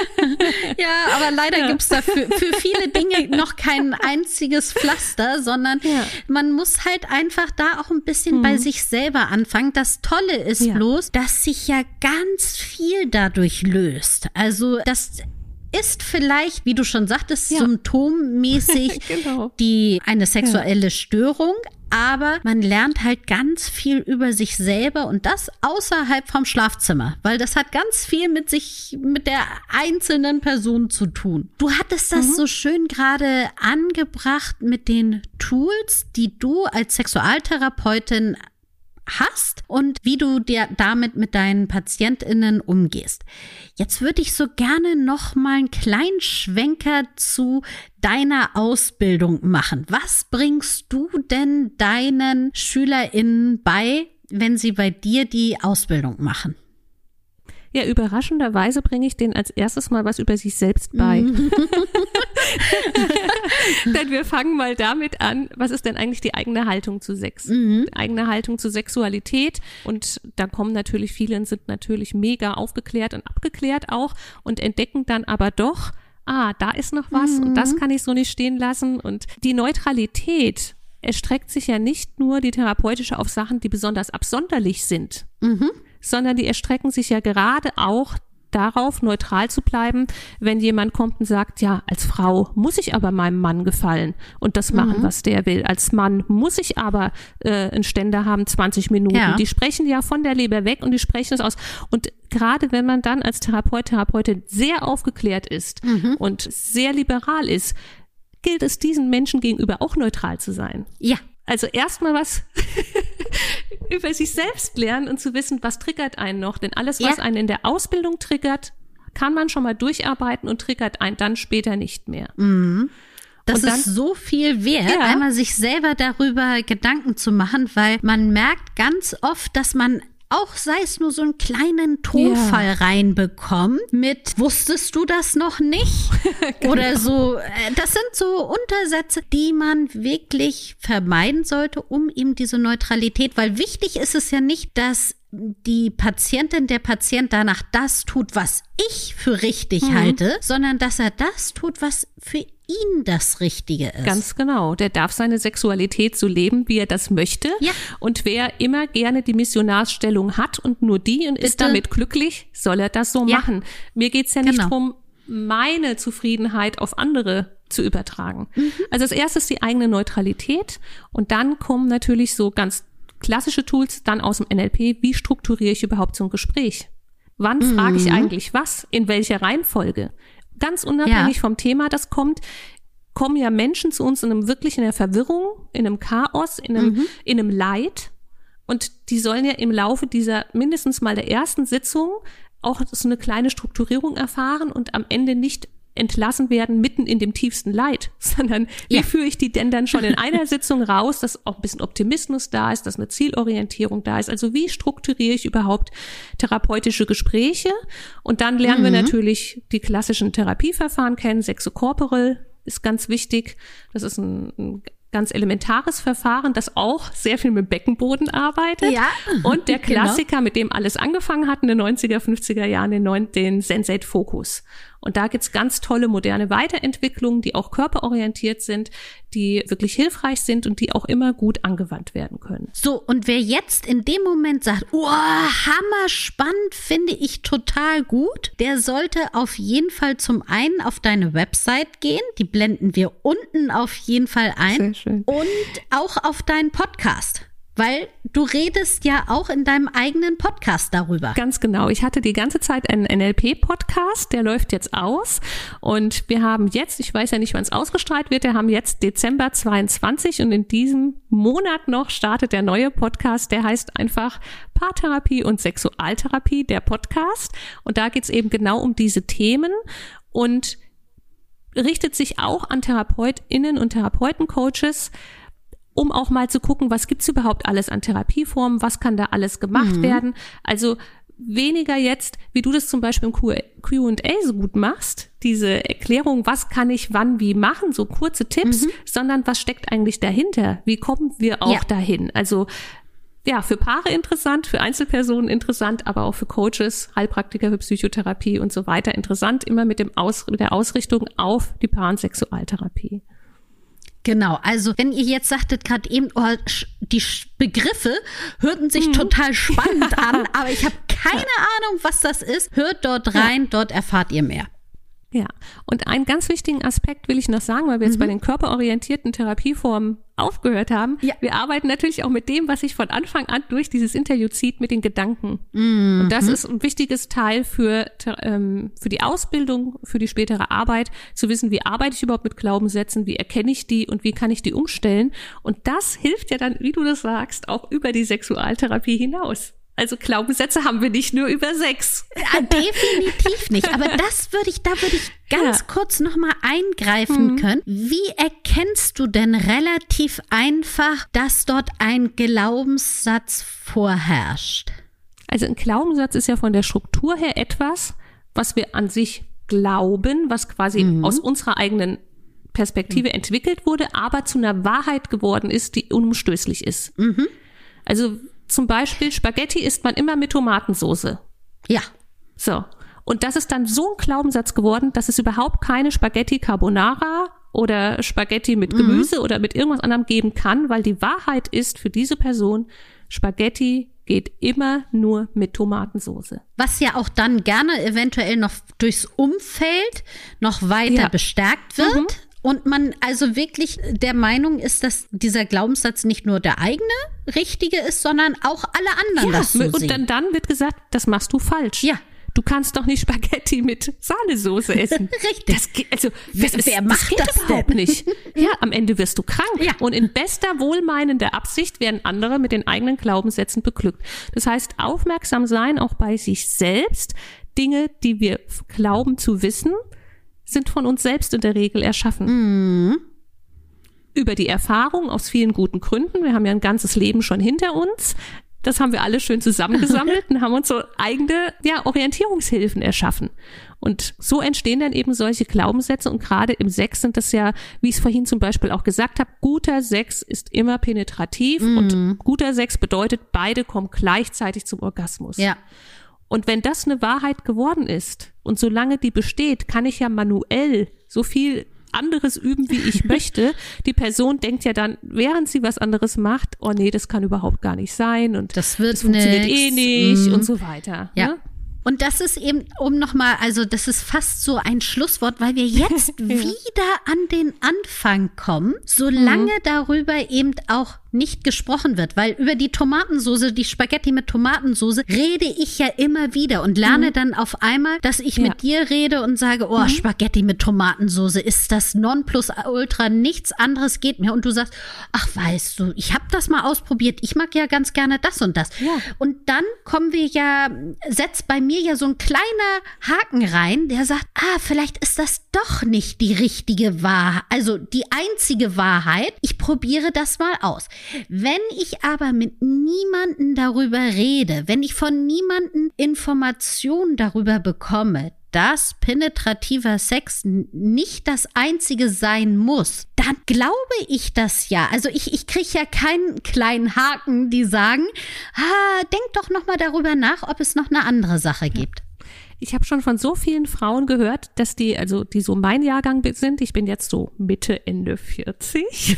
B: Ja, aber leider
A: Ja.
B: gibt's da für, für viele Dinge noch kein einziges Pflaster, sondern
A: Ja.
B: man muss halt einfach da auch ein bisschen bei sich selber anfangen. Das Tolle ist
A: Ja.
B: bloß, dass sich ja ganz viel dadurch löst. Also das ist vielleicht, wie du schon sagtest,
A: Ja.
B: symptommäßig
A: Genau.
B: die eine sexuelle Störung, aber man lernt halt ganz viel über sich selber und das außerhalb vom Schlafzimmer, weil das hat ganz viel mit sich, mit der einzelnen Person zu tun. Du hattest das so schön gerade angebracht mit den Tools, die du als Sexualtherapeutin hast und wie du dir damit mit deinen PatientInnen umgehst. Jetzt würde ich so gerne noch mal einen kleinen Schwenker zu deiner Ausbildung machen. Was bringst du denn deinen SchülerInnen bei, wenn sie bei dir die Ausbildung machen?
A: Ja, überraschenderweise bringe ich denen als erstes mal was über sich selbst bei. Denn wir fangen mal damit an, was ist denn eigentlich die eigene Haltung zu Sex?
B: Mhm.
A: Die eigene Haltung zu Sexualität. Und da kommen natürlich viele und sind natürlich mega aufgeklärt und abgeklärt auch und entdecken dann aber doch, ah, da ist noch was
B: Mhm.
A: und das kann ich so nicht stehen lassen. Und die Neutralität erstreckt sich ja nicht nur die therapeutische auf Sachen, die besonders absonderlich sind,
B: Mhm.
A: sondern die erstrecken sich ja gerade auch darauf, neutral zu bleiben, wenn jemand kommt und sagt, ja, als Frau muss ich aber meinem Mann gefallen und das machen, was der will. Als Mann muss ich aber äh, einen Ständer haben, zwanzig Minuten.
B: Ja.
A: Die sprechen ja von der Leber weg und die sprechen es aus. Und gerade wenn man dann als Therapeut, Therapeutin sehr aufgeklärt ist und sehr liberal ist, gilt es diesen Menschen gegenüber auch neutral zu sein.
B: Ja.
A: Also erstmal was über sich selbst lernen und zu wissen, was triggert einen noch. Denn alles, was
B: Ja.
A: einen in der Ausbildung triggert, kann man schon mal durcharbeiten und triggert einen dann später nicht mehr.
B: Das
A: Und dann-
B: ist so viel wert,
A: Ja.
B: einmal sich selber darüber Gedanken zu machen, weil man merkt ganz oft, dass man auch sei es nur so einen kleinen Tonfall
A: Ja.
B: reinbekommt mit, wusstest du das noch nicht? Oder so, äh, das sind so Untersätze, die man wirklich vermeiden sollte, um eben diese Neutralität, weil wichtig ist es ja nicht, dass die Patientin, der Patient danach das tut, was ich für richtig halte, sondern dass er das tut, was für ihn das Richtige ist.
A: Ganz genau. Der darf seine Sexualität so leben, wie er das möchte.
B: Ja.
A: Und wer immer gerne die Missionarsstellung hat und nur die und ist
B: Bitte.
A: damit glücklich, soll er das so
B: Ja.
A: machen. Mir geht's ja nicht
B: Genau.
A: drum, meine Zufriedenheit auf andere zu übertragen. Mhm. Also das erste ist die eigene Neutralität und dann kommen natürlich so ganz klassische Tools dann aus dem N L P. Wie strukturiere ich überhaupt so ein Gespräch? Wann mhm. frage ich eigentlich was? In welcher Reihenfolge? Ganz unabhängig ja. vom Thema, das kommt, kommen ja Menschen zu uns in einem wirklich in der Verwirrung, in einem Chaos, in einem, mhm. in einem Leid. Und die sollen ja im Laufe dieser mindestens mal der ersten Sitzung auch so eine kleine Strukturierung erfahren und am Ende nicht entlassen werden mitten in dem tiefsten Leid, sondern wie ja. führe ich die denn dann schon in einer Sitzung raus, dass auch ein bisschen Optimismus da ist, dass eine Zielorientierung da ist. Also wie strukturiere ich überhaupt therapeutische Gespräche? Und dann lernen mhm. wir natürlich die klassischen Therapieverfahren kennen. Sexocorporal ist ganz wichtig. Das ist ein, ein ganz elementares Verfahren, das auch sehr viel mit Beckenboden arbeitet. Ja. Und der Klassiker, genau. mit dem alles angefangen hat in den neunziger, fünfziger Jahren, den, neun, den Sensate Focus. Und da gibt's ganz tolle moderne Weiterentwicklungen, die auch körperorientiert sind, die wirklich hilfreich sind und die auch immer gut angewandt werden können.
B: So, und wer jetzt in dem Moment sagt, oh, hammer spannend, finde ich total gut, der sollte auf jeden Fall zum einen auf deine Website gehen, die blenden wir unten auf jeden Fall ein. Sehr schön. Und auch auf deinen Podcast. Weil du redest ja auch in deinem eigenen Podcast darüber.
A: Ganz genau. Ich hatte die ganze Zeit einen N L P-Podcast, der läuft jetzt aus. Und wir haben jetzt, ich weiß ja nicht, wann es ausgestrahlt wird, wir haben jetzt Dezember zweiundzwanzig und in diesem Monat noch startet der neue Podcast, der heißt einfach Paartherapie und Sexualtherapie, der Podcast. Und da geht es eben genau um diese Themen und richtet sich auch an TherapeutInnen und Therapeutencoaches, um auch mal zu gucken, was gibt's überhaupt alles an Therapieformen, was kann da alles gemacht mhm. werden. Also weniger jetzt, wie du das zum Beispiel im Q und A so gut machst, diese Erklärung, was kann ich wann wie machen, so kurze Tipps, mhm. sondern was steckt eigentlich dahinter? Wie kommen wir auch ja. dahin? Also ja, für Paare interessant, für Einzelpersonen interessant, aber auch für Coaches, Heilpraktiker für Psychotherapie und so weiter interessant, immer mit dem Aus, mit der Ausrichtung auf die Paar- und Sexualtherapie.
B: Genau, also wenn ihr jetzt sagtet gerade eben, oh, die Begriffe hörten sich mhm. total spannend an, aber ich habe keine ja. Ahnung, was das ist, hört dort rein, ja. dort erfahrt ihr mehr.
A: Ja, und einen ganz wichtigen Aspekt will ich noch sagen, weil wir jetzt mhm. bei den körperorientierten Therapieformen aufgehört haben. Ja. Wir arbeiten natürlich auch mit dem, was sich von Anfang an durch dieses Interview zieht, mit den Gedanken. Mhm. Und das ist ein wichtiges Teil für, ähm, für die Ausbildung, für die spätere Arbeit, zu wissen, wie arbeite ich überhaupt mit Glaubenssätzen, wie erkenne ich die und wie kann ich die umstellen. Und das hilft ja dann, wie du das sagst, auch über die Sexualtherapie hinaus. Also Glaubenssätze haben wir nicht nur über Sex.
B: Ja, definitiv nicht. Aber das würde ich, da würde ich ganz ja. kurz nochmal eingreifen mhm. können. Wie erkennst du denn relativ einfach, dass dort ein Glaubenssatz vorherrscht?
A: Also ein Glaubenssatz ist ja von der Struktur her etwas, was wir an sich glauben, was quasi mhm. aus unserer eigenen Perspektive mhm. entwickelt wurde, aber zu einer Wahrheit geworden ist, die unumstößlich ist. Mhm. Also zum Beispiel Spaghetti isst man immer mit Tomatensauce.
B: Ja.
A: So. Und das ist dann so ein Glaubenssatz geworden, dass es überhaupt keine Spaghetti Carbonara oder Spaghetti mit Gemüse mhm. oder mit irgendwas anderem geben kann, weil die Wahrheit ist für diese Person, Spaghetti geht immer nur mit Tomatensauce.
B: Was ja auch dann gerne eventuell noch durchs Umfeld noch weiter ja. bestärkt wird. Mhm. Und man also wirklich der Meinung ist, dass dieser Glaubenssatz nicht nur der eigene richtige ist, sondern auch alle anderen
A: ja,
B: das so
A: und
B: sehen.
A: dann, dann wird gesagt, das machst du falsch.
B: Ja.
A: Du kannst doch nicht Spaghetti mit Sahnesoße essen.
B: Richtig.
A: Das geht, also, das
B: wer,
A: ist,
B: wer macht
A: das,
B: das
A: überhaupt
B: denn?
A: nicht? Ja, am Ende wirst du krank.
B: Ja.
A: Und in bester wohlmeinender Absicht werden andere mit den eigenen Glaubenssätzen beglückt. Das heißt, aufmerksam sein auch bei sich selbst. Dinge, die wir glauben zu wissen, sind von uns selbst in der Regel erschaffen.
B: Mhm.
A: Über die Erfahrung aus vielen guten Gründen. Wir haben ja ein ganzes Leben schon hinter uns. Das haben wir alle schön zusammengesammelt und haben uns so eigene ja, Orientierungshilfen erschaffen. Und so entstehen dann eben solche Glaubenssätze. Und gerade im Sex sind das ja, wie ich es vorhin zum Beispiel auch gesagt habe, guter Sex ist immer penetrativ. Mhm. Und guter Sex bedeutet, beide kommen gleichzeitig zum Orgasmus.
B: Ja.
A: Und wenn das eine Wahrheit geworden ist und solange die besteht, kann ich ja manuell so viel anderes üben, wie ich möchte. Die Person denkt ja dann, während sie was anderes macht, oh nee, das kann überhaupt gar nicht sein und
B: das, wird
A: das funktioniert
B: nix.
A: eh nicht
B: mm.
A: und so weiter.
B: Ja.
A: Ne?
B: Und das ist eben, um nochmal, also das ist fast so ein Schlusswort, weil wir jetzt wieder an den Anfang kommen, solange mhm. darüber eben auch nicht gesprochen wird, weil über die Tomatensoße, die Spaghetti mit Tomatensoße, rede ich ja immer wieder und lerne mhm. dann auf einmal, dass ich ja. mit dir rede und sage, oh, mhm. Spaghetti mit Tomatensoße ist das Nonplusultra, nichts anderes geht mehr. Und du sagst, ach, weißt du, ich habe das mal ausprobiert, ich mag ja ganz gerne das und das. Ja. Und dann kommen wir ja, setzt bei mir ja so ein kleiner Haken rein, der sagt, ah, vielleicht ist das doch nicht die richtige Wahrheit, also die einzige Wahrheit. Ich probiere das mal aus. Wenn ich aber mit niemandem darüber rede, wenn ich von niemandem Informationen darüber bekomme, dass penetrativer Sex nicht das Einzige sein muss, dann glaube ich das ja. Also ich, ich kriege ja keinen kleinen Haken, die sagen, ah, denk doch noch mal darüber nach, ob es noch eine andere Sache gibt.
A: Ich habe schon von so vielen Frauen gehört, dass die, also die so mein Jahrgang sind, ich bin jetzt so Mitte, Ende vierzig.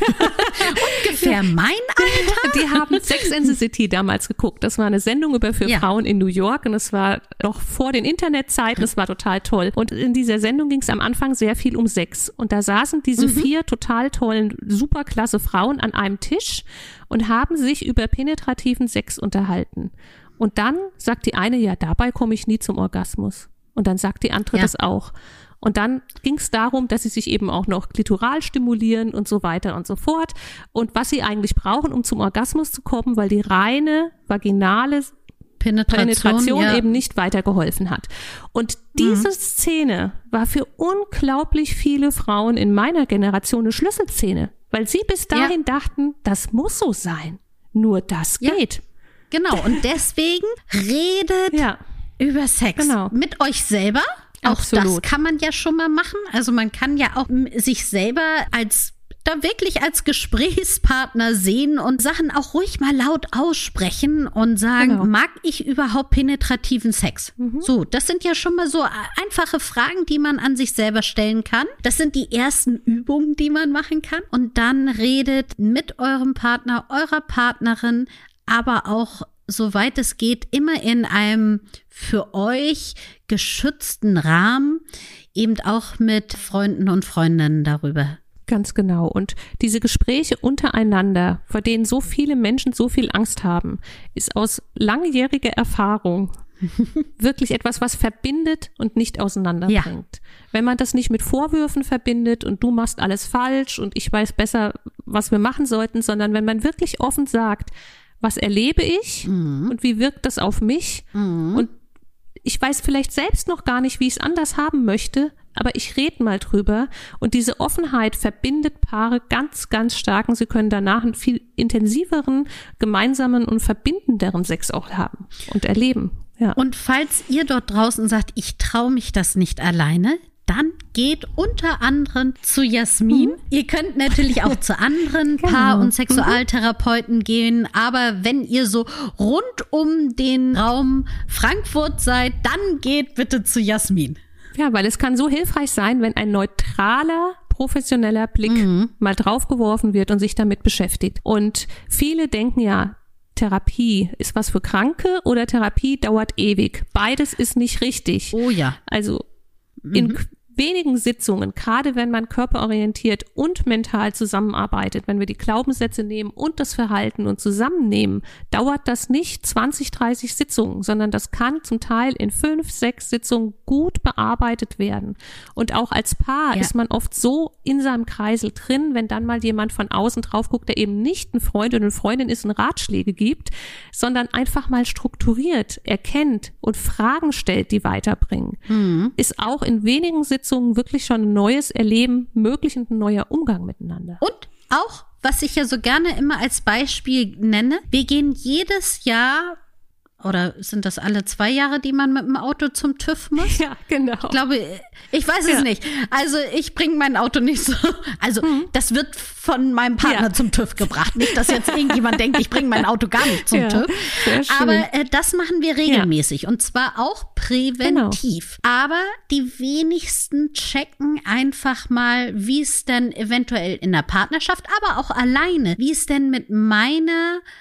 B: Ungefähr mein Alter.
A: Die haben Sex and the City damals geguckt. Das war eine Sendung über für ja. Frauen in New York und es war noch vor den Internetzeiten, es war total toll. Und in dieser Sendung ging es am Anfang sehr viel um Sex. Und da saßen diese mhm. vier total tollen, superklasse Frauen an einem Tisch und haben sich über penetrativen Sex unterhalten. Und dann sagt die eine, ja, dabei komme ich nie zum Orgasmus. Und dann sagt die andere ja. das auch. Und dann ging es darum, dass sie sich eben auch noch klitoral stimulieren und so weiter und so fort. Und was sie eigentlich brauchen, um zum Orgasmus zu kommen, weil die reine vaginale Penetration, Penetration ja. eben nicht weitergeholfen hat. Und diese mhm. Szene war für unglaublich viele Frauen in meiner Generation eine Schlüsselszene, weil sie bis dahin ja. dachten, das muss so sein. Nur das
B: ja.
A: geht.
B: Genau, und deswegen redet ja. über Sex genau. mit euch selber. Auch Absolut. Das kann man ja schon mal machen. Also man kann ja auch sich selber als da wirklich als Gesprächspartner sehen und Sachen auch ruhig mal laut aussprechen und sagen, genau. mag ich überhaupt penetrativen Sex? Mhm. So, das sind ja schon mal so einfache Fragen, die man an sich selber stellen kann. Das sind die ersten Übungen, die man machen kann. Und dann redet mit eurem Partner, eurer Partnerin, aber auch, soweit es geht, immer in einem für euch geschützten Rahmen, eben auch mit Freunden und Freundinnen darüber.
A: Ganz genau. Und diese Gespräche untereinander, vor denen so viele Menschen so viel Angst haben, ist aus langjähriger Erfahrung wirklich etwas, was verbindet und nicht auseinanderbringt. Ja. Wenn man das nicht mit Vorwürfen verbindet und du machst alles falsch und ich weiß besser, was wir machen sollten, sondern wenn man wirklich offen sagt, was erlebe ich mhm. und wie wirkt das auf mich? Mhm. Und ich weiß vielleicht selbst noch gar nicht, wie ich es anders haben möchte, aber ich rede mal drüber. Und diese Offenheit verbindet Paare ganz, ganz stark. Und sie können danach einen viel intensiveren, gemeinsamen und verbindenderen Sex auch haben und erleben. Ja.
B: Und falls ihr dort draußen sagt, ich traue mich das nicht alleine, dann geht unter anderem zu Jasmin. Mhm. Ihr könnt natürlich auch zu anderen genau. Paar- und Sexualtherapeuten mhm. gehen, aber wenn ihr so rund um den Raum Frankfurt seid, dann geht bitte zu Jasmin.
A: Ja, weil es kann so hilfreich sein, wenn ein neutraler, professioneller Blick mhm. mal draufgeworfen wird und sich damit beschäftigt. Und viele denken ja, Therapie ist was für Kranke oder Therapie dauert ewig. Beides ist nicht richtig.
B: Oh ja.
A: Also in mhm. wenigen Sitzungen, gerade wenn man körperorientiert und mental zusammenarbeitet, wenn wir die Glaubenssätze nehmen und das Verhalten und zusammennehmen, dauert das nicht zwanzig, dreißig Sitzungen, sondern das kann zum Teil in fünf, sechs Sitzungen gut bearbeitet werden. Und auch als Paar ja. ist man oft so in seinem Kreisel drin, wenn dann mal jemand von außen drauf guckt, der eben nicht ein Freund oder eine Freundin ist und Ratschläge gibt, sondern einfach mal strukturiert erkennt und Fragen stellt, die weiterbringen, mhm. ist auch in wenigen Sitzungen wirklich schon ein neues Erleben möglich und ein neuer Umgang miteinander.
B: Und auch, was ich ja so gerne immer als Beispiel nenne, wir gehen jedes Jahr, oder sind das alle zwei Jahre, die man mit dem Auto zum TÜV muss?
A: Ja, genau.
B: Ich glaube, ich weiß es ja. nicht. Also ich bringe mein Auto nicht so, also mhm. das wird von meinem Partner ja. zum TÜV gebracht. Nicht, dass jetzt irgendjemand denkt, ich bringe mein Auto gar nicht zum ja, TÜV. Aber äh, das machen wir regelmäßig ja. und zwar auch präventiv. Genau. Aber die wenigsten checken einfach mal, wie es denn eventuell in der Partnerschaft, aber auch alleine, wie es denn mit meiner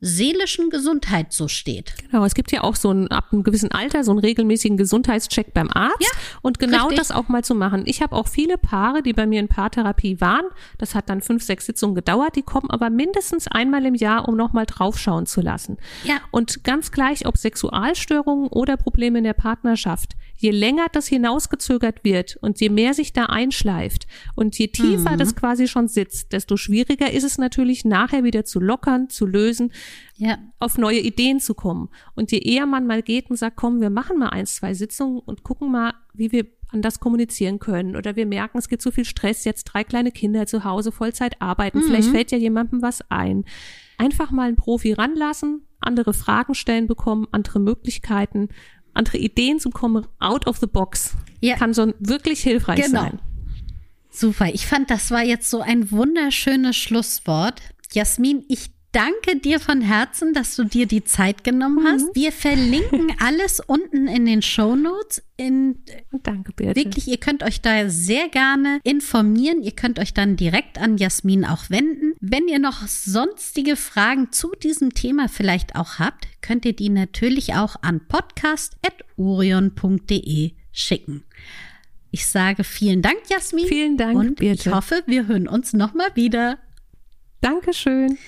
B: seelischen Gesundheit so steht.
A: Genau, es gibt ja auch so ein, ab einem gewissen Alter so einen regelmäßigen Gesundheitscheck beim Arzt
B: Ja,
A: und genau
B: richtig.
A: das auch mal zu machen. Ich habe auch viele Paare, die bei mir in Paartherapie waren, das hat dann fünf, sechs Sitzungen gedauert, die kommen aber mindestens einmal im Jahr, um nochmal draufschauen zu lassen.
B: Ja.
A: Und ganz gleich, ob Sexualstörungen oder Probleme in der Partnerschaft, je länger das hinausgezögert wird und je mehr sich da einschleift und je tiefer
B: Mhm.
A: das quasi schon sitzt, desto schwieriger ist es natürlich nachher wieder zu lockern, zu lösen,
B: Ja.
A: auf neue Ideen zu kommen. Und je eher man mal geht und sagt, komm, wir machen mal ein, zwei Sitzungen und gucken mal, wie wir anders kommunizieren können. Oder wir merken, es gibt so viel Stress, jetzt drei kleine Kinder zu Hause, Vollzeit arbeiten,
B: Mhm.
A: vielleicht fällt ja jemandem was ein. Einfach mal einen Profi ranlassen, andere Fragen stellen bekommen, andere Möglichkeiten, andere Ideen zu kommen, out of the box.
B: Ja.
A: Kann so wirklich hilfreich
B: Genau.
A: sein.
B: Super, ich fand, das war jetzt so ein wunderschönes Schlusswort. Jasmin, ich danke dir von Herzen, dass du dir die Zeit genommen hast. Wir verlinken alles unten in den Shownotes. In,
A: Und danke, Birte.
B: wirklich, ihr könnt euch da sehr gerne informieren. Ihr könnt euch dann direkt an Jasmin auch wenden. Wenn ihr noch sonstige Fragen zu diesem Thema vielleicht auch habt, könnt ihr die natürlich auch an podcast at orion punkt de schicken. Ich sage vielen Dank, Jasmin.
A: Vielen Dank,
B: Und
A: Birte.
B: ich hoffe, wir hören uns nochmal wieder.
A: Dankeschön.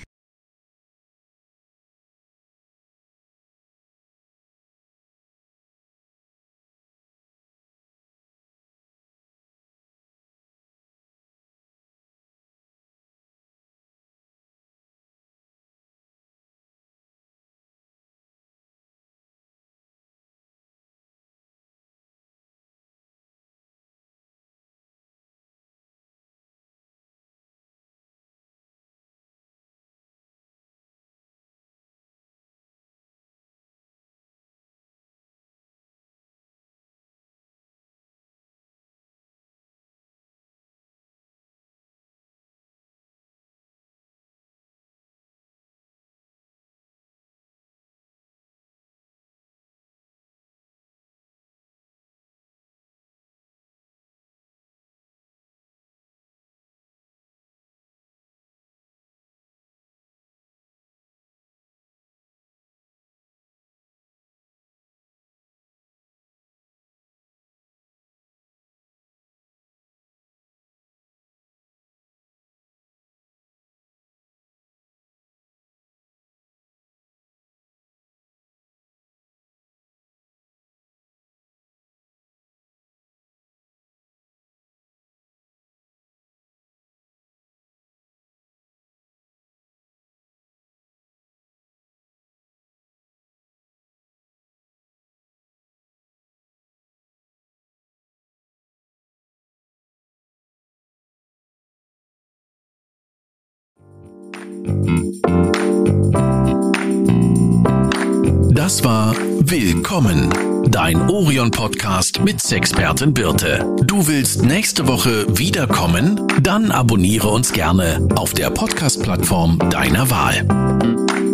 C: Das war Willkommen, dein Orion-Podcast mit Sexpertin Birte. Du willst nächste Woche wiederkommen? Dann abonniere uns gerne auf der Podcast-Plattform deiner Wahl.